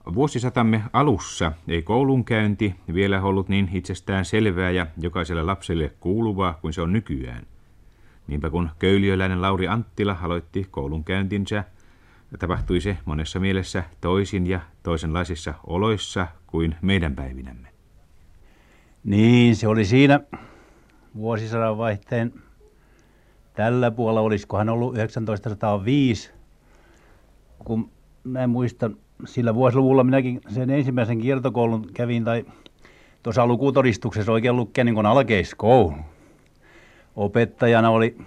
Vuosisatamme alussa ei koulunkäynti vielä ollut niin itsestään selvää ja jokaiselle lapselle kuuluvaa kuin se on nykyään. Niinpä kun köyliöläinen Lauri Anttila aloitti koulunkäyntinsä, tapahtui se monessa mielessä toisin ja toisenlaisissa oloissa kuin meidän päivinämme. Niin, se oli siinä vuosisadan vaihteen tällä puolella, olisikohan ollut 1905, kun mä muistan, sillä vuosiluvulla minäkin sen ensimmäisen kiertokoulun kävin, tai tuossa lukutodistuksessa oikein lukea niin kuin alkeiskoulu. Opettajana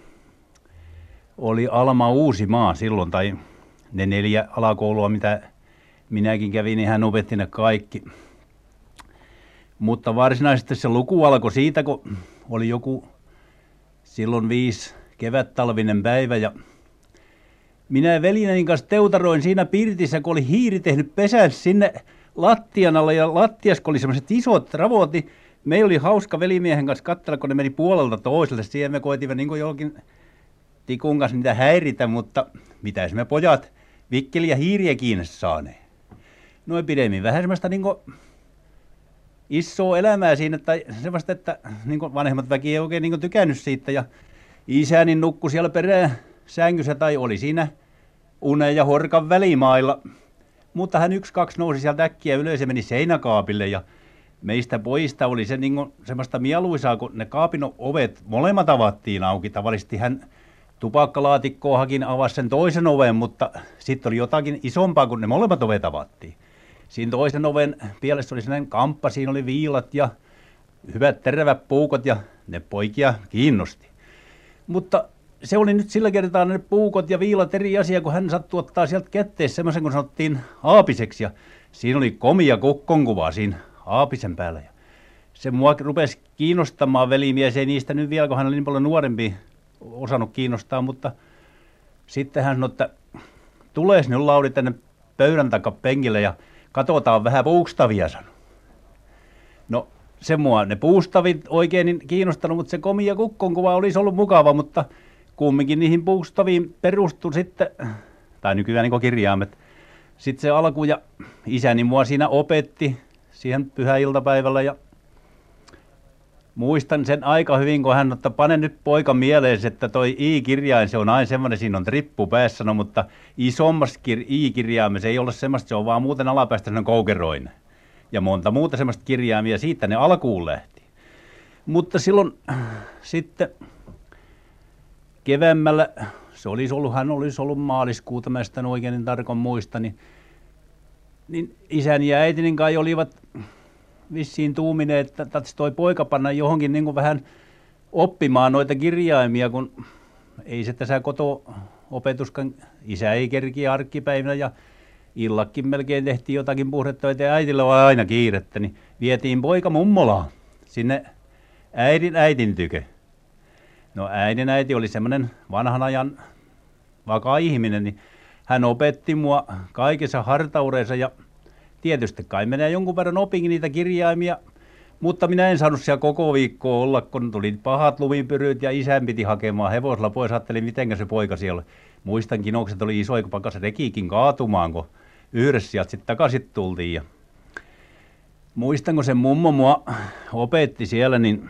oli Alma Uusimaa silloin, tai ne 4 alakoulua, mitä minäkin kävin, niin hän opetti ne kaikki. Mutta varsinaisesti se luku alkoi siitä, kun oli joku silloin 5 kevättalvinen päivä, ja minä veljeni kanssa teutaroin siinä pirtissä, kun oli hiiri tehnyt pesän sinne lattian alle, ja lattiassa oli sellaiset isot ravot, niin meillä oli hauska velimiehen kanssa katsella, kun ne meni puolelta toiselle. Siihen me koetimme niin kuin jollakin tikun kanssa niitä häiritä, mutta mitäs me pojat vikkeliä hiiriä kiinni saaneen. Noin pidemmin vähän semmoista niin kuin isoa elämää siinä, tai semmoista, että niin kuin vanhemmat väki ei oikein niin kuin tykännyt siitä, ja isäni nukkui siellä perään sängyssä tai oli siinä unen ja horkan välimailla. Mutta hän 1-2 nousi sieltä äkkiä ylös ja meni seinäkaapille, ja meistä pojista oli se niin semmoista mieluisaa, kun ne kaapin ovet molemmat avattiin auki. Tavallisesti hän tupakkalaatikkoa hakin avasi sen toisen oven, mutta sitten oli jotakin isompaa, kun ne molemmat ovet avattiin. Siinä toisen oven pielessä oli sellainen kamppa, siinä oli viilat ja hyvät terävät puukot, ja ne poikia kiinnosti. Mutta se oli nyt sillä kertaa ne puukot ja viilat eri asia, kun hän sattui ottaa sieltä kätteessä semmoisen, kun sanottiin aapiseksi, ja siinä oli komia kukkonkuva siinä aapisen päällä. Ja se mua rupesi kiinnostamaan velimies, ei niistä nyt vielä, kun hän oli niin paljon nuorempi osannut kiinnostaa, mutta sitten hän sanoi, että tules nyt Lauri tänne pöydän takapenkille ja katsotaan vähän puustavia, sanoi. No se mua ne puustavit oikein niin kiinnostanut, mutta se komia kukkonkuva olisi ollut mukava, mutta kumminkin niihin puustaviin perustui sitten, tai nykyään niin kirjaimet, sitten se alku, ja isäni mua siinä opetti siihen pyhäiltapäivällä, ja muistan sen aika hyvin, kun hän otti, pane nyt poika mieleen, että toi I-kirjain, se on aina semmoinen, siinä on trippu päässä, no, mutta isommassa I-kirjaimessa ei ole semmoista, se on vaan muuten alapäästä semmoinen koukeroinen. Ja monta muuta semmoista kirjaimia, siitä ne alkuun lähti. Mutta silloin sitten keväämmällä, hän olisi ollut maaliskuuta, mä sitä oikein niin tarkoin muista, niin isäni ja äitini kai olivat vissiin tuumineet, että tatsi toi poika panna johonkin niin kuin vähän oppimaan noita kirjaimia, kun ei se tässä koto-opetuskaan, isä ei kerkiä arkkipäivinä, ja illakin melkein tehtiin jotakin puhdetöitä, ja äitillä oli aina kiirettä, niin vietiin poika mummolaan sinne äidin tykö. No äiti oli semmoinen vanhan ajan vakaa ihminen, niin hän opetti mua kaikessa hartaudessa, ja tietysti kai minä jonkun verran opinkin niitä kirjaimia, mutta minä en saanut siellä koko viikkoa olla, kun tuli pahat lumipyryt ja isän piti hakemaan hevosella pois. Ajattelin, mitenkä se poika siellä. Muistan kinokset oli isoja, kun pakas rekiikin kaatumaan, kun yhdessä sieltä sitten takaisin tultiin. Ja muistan, kun se mummo mua opetti siellä, niin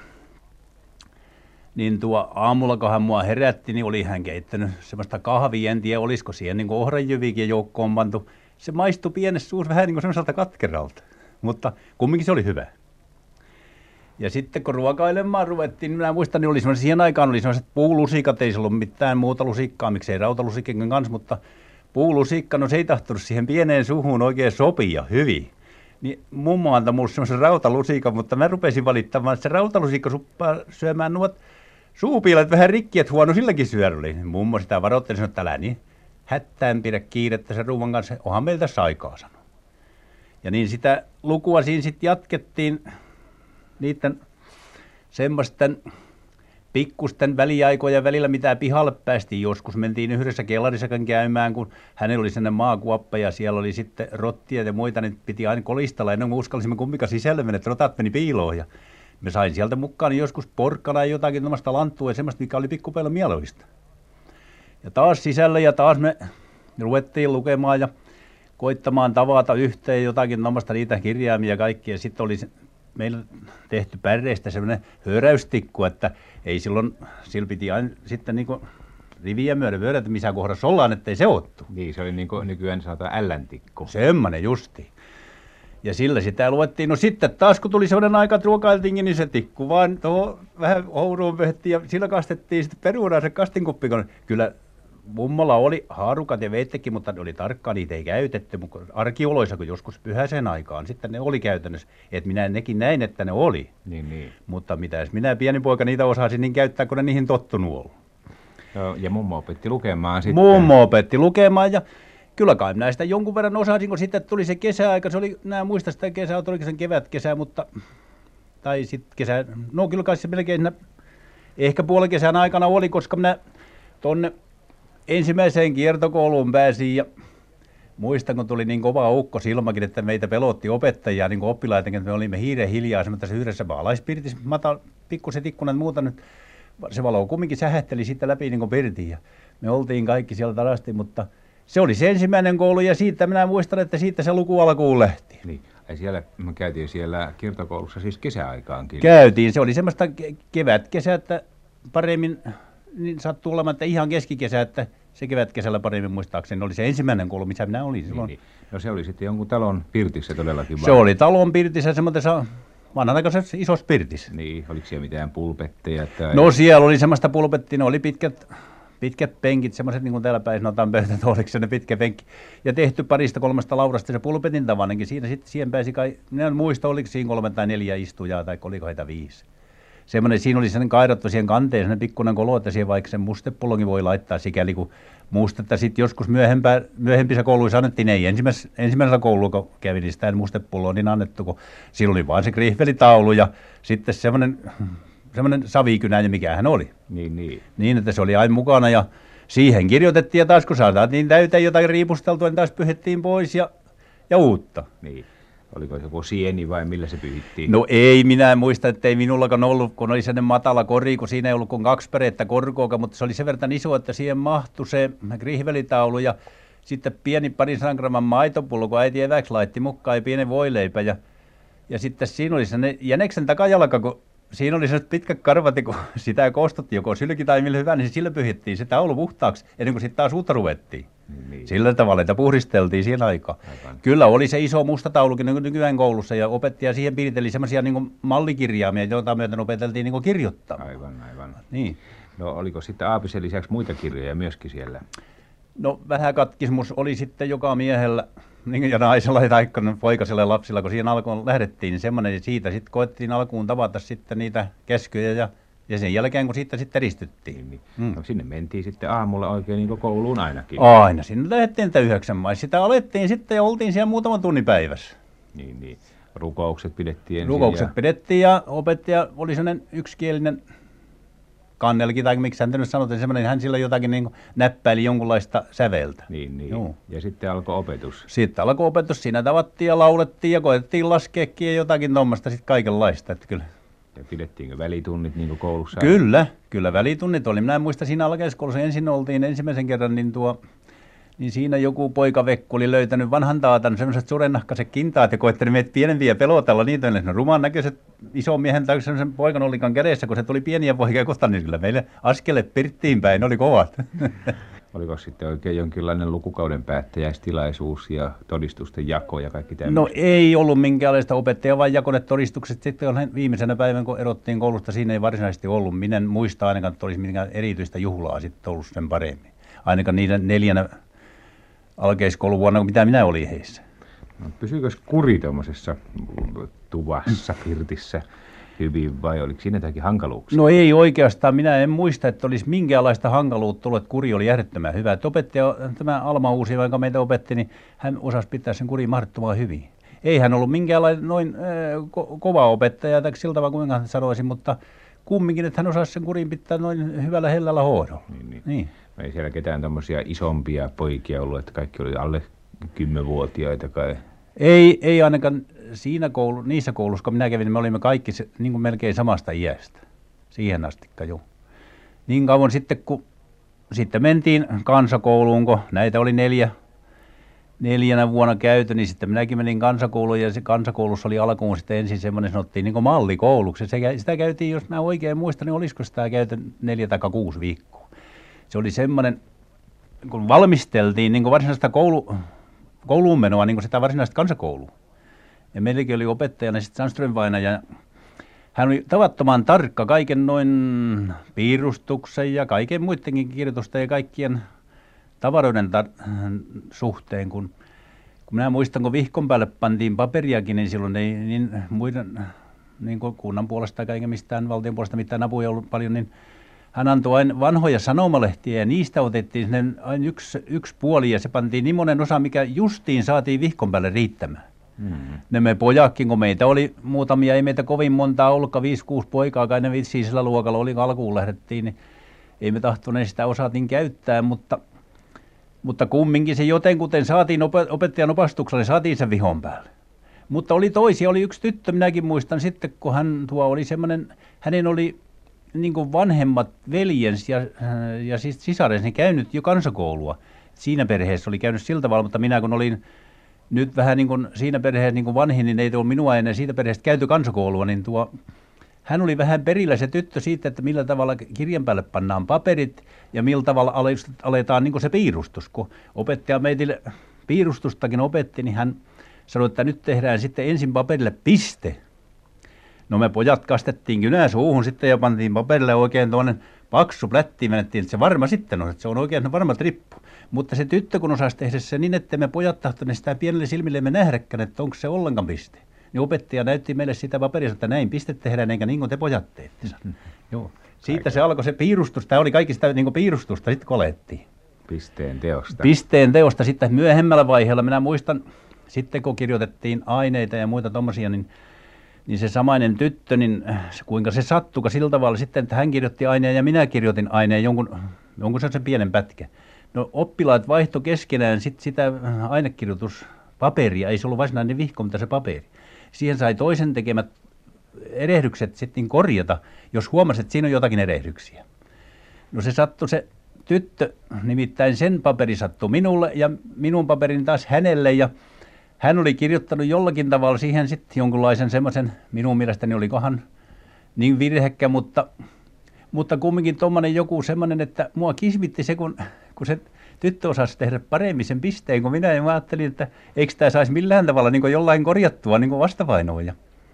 aamulla, kun hän mua herätti, niin oli hän keittänyt semmoista kahvia. En tiedä, olisiko siihen niin ohranjyvikin joukkoon pantu. Se maistui pienessä suussa vähän niin kuin semmoiselta katkeralta, mutta kumminkin se oli hyvä. Ja sitten kun ruokailemaan ruvettiin, niin minä muistan, niin oli siihen aikaan oli sellaiset puulusikat, ei se ollut mitään muuta lusikkaa, miksei rautalusikken kanssa, mutta puulusikka, no se ei tahtonut siihen pieneen suuhun oikein sopia hyvin. Niin mummo antoi mulle semmoisen rautalusikan, mutta mä rupesin valittamaan, että se rautalusikka suppaa syömään nuot suupiilat vähän rikki, että huono silläkin syödä oli. Mummo sitä varoitteli, sanoi, että älä niin hättään pidä kiirettä sen ruuan kanssa, onhan meiltä tässä aikaa, sanoi. Ja niin sitä lukua siinä sitten jatkettiin niiden semmoisten pikkusten väliaikoja välillä, mitä pihalle päästiin. Joskus mentiin yhdessä kellarissakin käymään, kun hänellä oli sellainen maakuoppa ja siellä oli sitten rottia ja muita, niin piti aina kolistella ennen kuin uskallisimme kumminkaan sisälle mennä, että rotat meni piiloon. Ja me sain sieltä mukaan niin joskus porkkana ja jotakin tämmöistä lanttua ja semmoista, mikä oli pikkupeilla mieluista. Ja taas sisälle ja taas me ruvettiin lukemaan ja koittamaan tavata yhteen jotakin tuommoista niitä kirjaimia ja kaikkia. Sitten oli meillä tehty päreistä semmoinen höräystikku, että ei silloin, sillä piti aina sitten niin kuin riviä myöden että missä kohdassa ollaan, ettei seottu. Niin, se oli niin kuin nykyään sanotaan älläntikku. Semmoinen justi. Ja sillä sitä luettiin. No sitten taas kun tuli sellainen aika, että ruokailtiinkin, niin se tikku vaan tuohon vähän houruun pöhtiin ja sillä kastettiin sitten peruunaan se kastinkuppi. Kyllä mummolla oli haarukat ja veittekin, mutta ne oli tarkkaan, niitä ei käytetty. Mutta arkioloissa, kun joskus pyhäiseen aikaan, sitten ne oli käytännössä. Että minä nekin näin, että ne oli. Niin. Mutta mitäs minä pieni poika niitä osasin niin käyttää, kun ne niihin tottunut ollut. Joo, ja mummo opetti lukemaan sitten. Mummo opetti lukemaan ja kyllä kai minä sitä jonkun verran osasin, kun sitten tuli se kesäaika. Se oli, minä muista sitä kesää, oliko sen kevätkesä, mutta tai sitten kesä, no kyllä kai se melkein ehkä puolen kesän aikana oli, koska minä tonne ensimmäiseen kiertokouluun pääsin ja muistan, kun tuli niin kova ukko silmakin, että meitä pelotti opettajia, niin kuin oppilaitakin, että me olimme hiiren hiljaa semmoisessa yhdessä maalaispirtissä, pikkuset ikkunat muuta nyt. Se valo kumminkin sähähteli sitten läpi niin kuin pirtiin ja me oltiin kaikki siellä tarasti, mutta se oli se ensimmäinen koulu ja siitä minä muistan, että siitä se luku alkuun lähti. Niin. Ja siellä, me käytiin siellä kiertokoulussa siis kesäaikaankin. Käytiin, se oli semmoista kevätkesä, että paremmin niin sattui olemaan, että ihan keskikesä, että se kevätkesällä paremmin muistaakseni oli se ensimmäinen koulu, missä minä olin silloin. Niin. No se oli sitten jonkun talon pirtissä todellakin. Se oli talon pirtissä semmoisessa vanhanaikaisessa isossa pirtissä. Niin, oliko siellä mitään pulpetteja? Tai... No siellä oli semmoista pulpettia, ne oli pitkät penkit, semmoiset niin kuin täällä päin sanotaan pöytät, oliko se ne pitkä penkki. Ja tehty parista kolmesta laudasta se pulpetin tavanenkin. Siinä sitten siihen pääsi kai, minä en muista, oliko siinä 3 tai 4 istujaa tai oliko heitä 5. Semmoinen, siinä oli sellainen kairattu siihen kanteen, sellainen pikkuinen kolo, että siihen vaikka sen mustepullokin voi laittaa sikäli, kun mustetta sitten joskus myöhempissä kouluissa annettiin, ei ensimmäisellä koululla, kun kävi, niin sitä mustepulloa niin annettu, kun silloin oli vaan se krihvelitaulu ja sitten semmoinen savikynä ja mikähän oli. Niin, että se oli aina mukana ja siihen kirjoitettiin ja taas kun saatiin täyteen jotain riipusteltua, niin taas pyhettiin pois ja uutta. Niin. Oliko se joku sieni vai millä se pyhittiin? No ei, minä en muista, että ei minullakaan ollut, kun oli sellainen matala kori, kun siinä ei ollut kuin 2 pärettä korkoa, mutta se oli sen verran iso, että siihen mahtui se krihvelitaulu ja sitten pieni 200 gramman maitopullo, kun äiti eväksi laitti mukaan ja pienen voileipä ja sitten siinä oli sellainen jäniksen takajalka, kun siinä oli sellaiset pitkät karvat, kun sitä koostuttiin joko sylki tai millä hyvä, niin sillä pyhittiin se taulu puhtaaksi ennen kuin sitten taas uutta ruvettiin. Niin. Sillä tavalla, että puhdisteltiin siinä aikaa. Aivan. Kyllä oli se iso musta taulukin niin nykyään koulussa ja opettaja siihen piirteli semmoisia niin mallikirjaimia, joita myöten opeteltiin niin kirjoittamaan. Aivan. Niin. No oliko sitten aapisen lisäksi muita kirjoja myöskin siellä? No vähäkatkismus oli sitten joka miehellä niin ja naisella tai poikasella ja lapsilla, kun siihen alkuun lähdettiin, niin semmoinen siitä sitten koettiin alkuun tavata sitten niitä käskyjä ja sen jälkeen, kun sitten ristyttiin. Niin. No sinne mentiin sitten aamulla oikein niin kuin kouluun ainakin. Aina. Sinne lähdettiin 9 maissa. Sitä alettiin sitten ja oltiin siellä muutaman tunnin päivässä. Niin. Rukoukset pidettiin ensin. Rukoukset pidettiin ja opettaja oli sellainen yksikielinen kannelkin, tai miksi hän nyt sanotaan, semmoinen, hän sillä jotakin niin näppäili jonkunlaista säveltä. Niin. Joo. Ja sitten alkoi opetus. Sitten alkoi opetus. Siinä tavattiin ja laulettiin ja koettiin laskeekin ja jotakin tuommoista sitten kaikenlaista. Että kyllä. Ja pidettiinkö välitunnit niin kuin koulussa? Kyllä välitunnit oli. Minä en muista, siinä alkeiskoulussa ensin oltiin ensimmäisen kerran, niin siinä joku poikavekku oli löytänyt vanhan taatan semmoiset surennahkaiset kintaat ja koetteli meitä pienempiä pelotella niitä. Ne ruman näköiset ison miehen tai semmoisen poikan olikan kädessä, kun se tuli pieniä poikia kohtaan, niin kyllä meille askeleet pirttiin päin, ne oli kovat. Oliko sitten oikein jonkinlainen lukukauden päättäjäistilaisuus ja todistusten jako ja kaikki tämmöistä? No ei ollut minkäänlaista, opettaja vaan jakoi ne todistukset. Sitten viimeisenä päivänä, kun erottiin koulusta, siinä ei varsinaisesti ollut. Minä en muista ainakaan, että olisi mitään erityistä juhlaa sitten ollut sen paremmin. Ainakaan niiden 4 alkeiskouluvuonna, mitä minä olin heissä. No, pysyykö kuri tuommoisessa tuvassa, pirtissä hyvin vai oliko siinä jotakin hankaluuksia? No ei oikeastaan. Minä en muista, että olisi minkäänlaista hankaluutta tullut, että kuri oli järjettömän hyvä. Että opettaja, tämä Alma Uusi, joka meitä opetti, niin hän osasi pitää sen kurin mahdottoman hyvin. Ei hän ollut minkäänlainen noin kova opettaja, tai siltä vaan kuinka sanoisin, mutta kumminkin, että hän osasi sen kurin pitää noin hyvällä hellällä hoidolla. Niin. Ei siellä ketään tämmöisiä isompia poikia ollut, että kaikki oli alle 10-vuotiaita kai? Ei ainakaan niissä koulussa, kun minä kävin, me olimme kaikki niin kuin melkein samasta iästä. Siihen astikka jo. Niin kauan sitten, kun sitten mentiin kansakouluun, kun näitä oli 4 vuonna käyty, niin sitten minäkin menin kansakouluun, ja se kansakoulussa oli alkuun sitten ensin semmoinen, sanottiin niin kuin mallikouluksi. Sitä käytiin, jos mä oikein muistan, niin olisiko sitä käyty 4 tai 6 viikkoa. Se oli semmoinen, kun valmisteltiin niin kuin varsinaista kouluun menoa, niin kuin sitä varsinaista kansakoulua. Ja meilläkin oli opettajana sitten Sandström-vainaja, ja hän oli tavattoman tarkka kaiken noin piirustuksen ja kaiken muidenkin kirjoitusten ja kaikkien tavaroiden suhteen, kun minä muistan, kun vihkon päälle pantiin paperiakin, niin silloin ei niin muiden niin kuin kunnan puolesta eikä mistään valtion puolesta mitään apuja ollut paljon, niin hän antoi aina vanhoja sanomalehtiä ja niistä otettiin aina yksi puoli ja se pantiin niin monen osa, mikä justiin saatiin vihkon päälle riittämään. Ne me pojakin, kun meitä oli muutamia, ei meitä kovin montaa ollutkaan, 5-6 poikaa, kai ne vissiisellä luokalla oli, alkuun lähdettiin, niin ei me tahtoneet sitä osaatiin käyttää, mutta kumminkin se jotenkuten saatiin opettajan opastuksella, niin saatiin sen vihon päälle. Mutta oli toisia, oli yksi tyttö, minäkin muistan sitten, kun hän oli semmoinen, hänen oli niin kuin vanhemmat veljens ja siis sisarensa käynyt jo kansakoulua. Siinä perheessä oli käynyt sillä tavalla, mutta minä kun olin nyt vähän niin kuin siinä perheessä niin kuin vanhin, niin ei tullut minua ennen siitä perheestä käyty kansakoulua, niin hän oli vähän perillä se tyttö siitä, että millä tavalla kirjan päälle pannaan paperit ja millä tavalla aletaan niin kuin se piirustus. Kun opettaja meille piirustustakin opetti, niin hän sanoi, että nyt tehdään sitten ensin paperille piste. No me pojat kastettiin kynää suuhun sitten ja pantiin paperille oikein tuonne paksu plättiin, menettiin, että se varma sitten on, että se on oikein varma trippu. Mutta se tyttö kun osasi tehdä se niin, että me pojat tahtoneet sitä pienelle silmillemme nähdäkään, että onko se ollenkaan piste. Niin opettaja näytti meille sitä paperia, että näin piste tehdään, eikä niin kuin te pojat teette. Joo. Siitä se alkoi se piirustus, tämä oli kaikki sitä niin kuin piirustusta, sitten kolettiin. Pisteen teosta sitten myöhemmällä vaiheella, minä muistan, sitten kun kirjoitettiin aineita ja muita tommosia, niin se samainen tyttö, niin kuinka se sattuikaan sillä tavalla sitten, että hän kirjoitti aineen ja minä kirjoitin aineen jonkun sellaisen pienen pätkän. No oppilaat vaihto keskenään sitä ainekirjoituspaperia, ei se ollut varsinainen vihko, mutta se paperi. Siihen sai toisen tekemät erehdykset sitten korjata, jos huomasi, että siinä on jotakin erehdyksiä. No se sattui se tyttö, nimittäin sen paperi sattui minulle ja minun paperin taas hänelle ja hän oli kirjoittanut jollakin tavalla siihen sitten jonkunlaisen semmoisen, minun mielestäni olikohan niin virhekkä, mutta kumminkin tuommoinen joku semmoinen, että mua kismitti se, kun se tyttö osasi tehdä paremmin sen pisteen kuin minä. Ja mä ajattelin, että eikö tämä saisi millään tavalla niin kuin jollain korjattua niin kuin vastapainoa.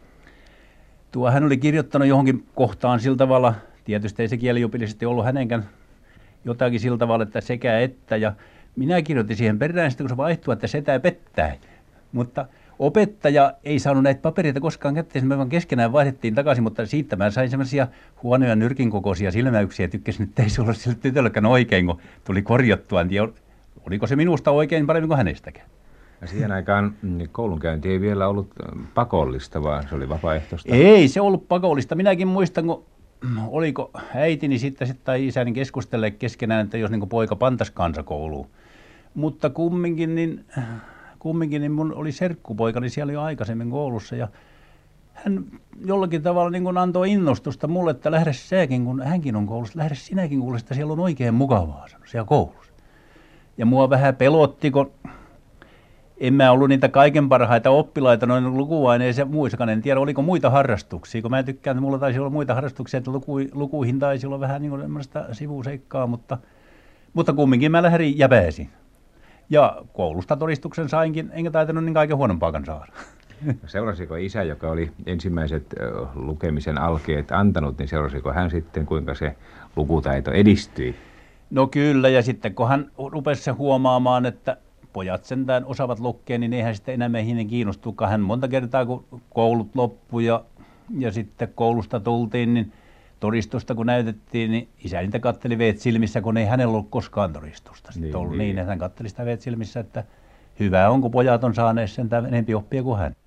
Hän oli kirjoittanut johonkin kohtaan sillä tavalla, tietysti ei se kieliopillisesti ollut hänenkään jotakin sillä tavalla, että sekä että. Ja minä kirjoitin siihen perään sitten, kun se vaihtui, että setä pettää. Mutta opettaja ei saanut näitä papereita koskaan kätteen, me vaan keskenään vaihdettiin takaisin, mutta siitä mä sain semmoisia huonoja nyrkin kokoisia silmäyksiä ja tykkäsin, että ei se ollut sille tytöllekään oikein, kun tuli korjattua. En tiedä, oliko se minusta oikein paremmin kuin hänestäkään. Ja siihen aikaan koulunkäynti ei vielä ollut pakollista, vaan se oli vapaaehtoista. Ei se ollut pakollista. Minäkin muistan, kun oliko äitini sitten tai isäni keskustelleet keskenään, että jos niin poika pantaisi kansakouluun. Mutta kumminkin niin mun oli serkkupoika, niin siellä jo aikaisemmin koulussa ja hän jollakin tavalla niin kuin antoi innostusta mulle, että lähde säkin, kun hänkin on koulussa, lähde sinäkin kuule, että siellä on oikein mukavaa, sanoi siellä koulussa. Ja mua vähän pelotti, kun en mä ollut niitä kaiken parhaita oppilaita noin lukuaineissa ja muissakaan. En tiedä, oliko muita harrastuksia, kun mä tykkään, että mulla taisi olla muita harrastuksia, että lukuihin taisi olla vähän niin kuin semmoista sivuseikkaa, mutta kumminkin mä lähdin ja pääsin. Ja koulusta todistuksen sainkin, enkä taitanut niin kaiken huonompaakaan saada. Seurasiko isä, joka oli ensimmäiset lukemisen alkeet antanut, niin seurasiko hän sitten, kuinka se lukutaito edistyi? No kyllä, ja sitten kun hän rupesi se huomaamaan, että pojat sentään osaavat lukea, niin eihän sitten enää meihin kiinnostukaan. Hän monta kertaa, kun koulut loppui ja sitten koulusta tultiin, niin todistusta kun näytettiin, niin isä niitä katteli veet silmissä, kun ei hänellä ollut koskaan todistusta. Sitten niin, että hän katteli sitä veet silmissä, että hyvä on, kun pojat on saaneet sentään enempi oppia kuin hän.